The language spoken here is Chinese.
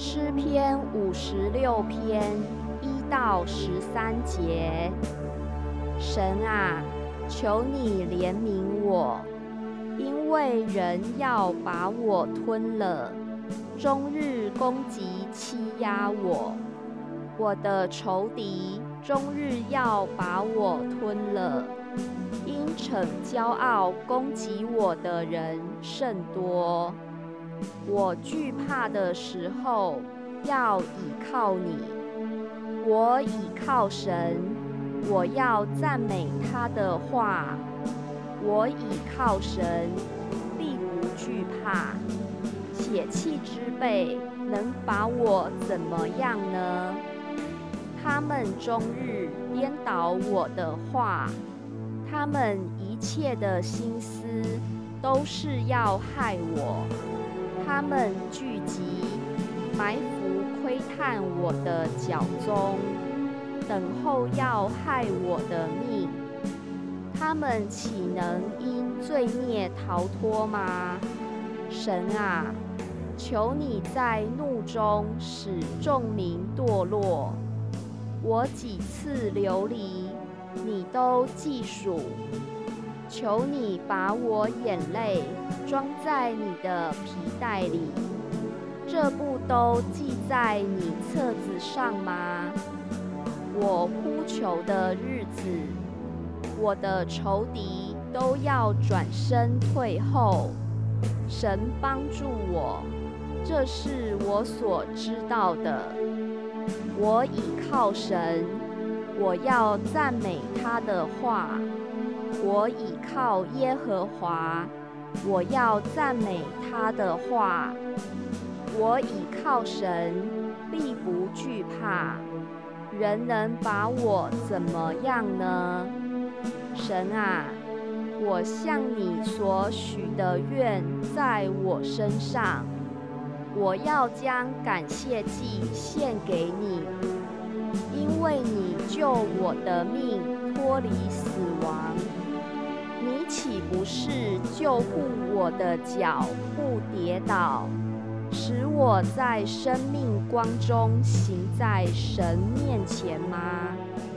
诗篇56篇1到13节。神啊，求你怜悯我，因为人要把我吞了，终日攻击欺压我。我的仇敌终日要把我吞了，因逞骄傲攻击我的人甚多。我惧怕的时候，要倚靠你。我倚靠神，我要赞美他的话。我倚靠神，必不惧怕。血气之辈能把我怎么样呢？他们终日颠倒我的话，他们一切的心思都是要害我。他们聚集，埋伏窥探我的脚踪，等候要害我的命。他们岂能因罪孽逃脱吗？神啊，求你在怒中使众民堕落。我几次流离，你都记数。求你把我眼泪装在你的皮袋里，这不都记在你册子上吗？我呼求的日子，我的仇敌都要转身退后。神帮助我，这是我所知道的。我倚靠神，我要赞美他的话。我倚靠耶和华，我要赞美他的话。我倚靠神，必不惧怕。人能把我怎么样呢？神啊，我向你所许的愿在我身上，我要将感谢祭献给你，因为你救我的命脱离死亡。你岂不是救护我的脚不跌倒，使我在生命光中行在神面前吗？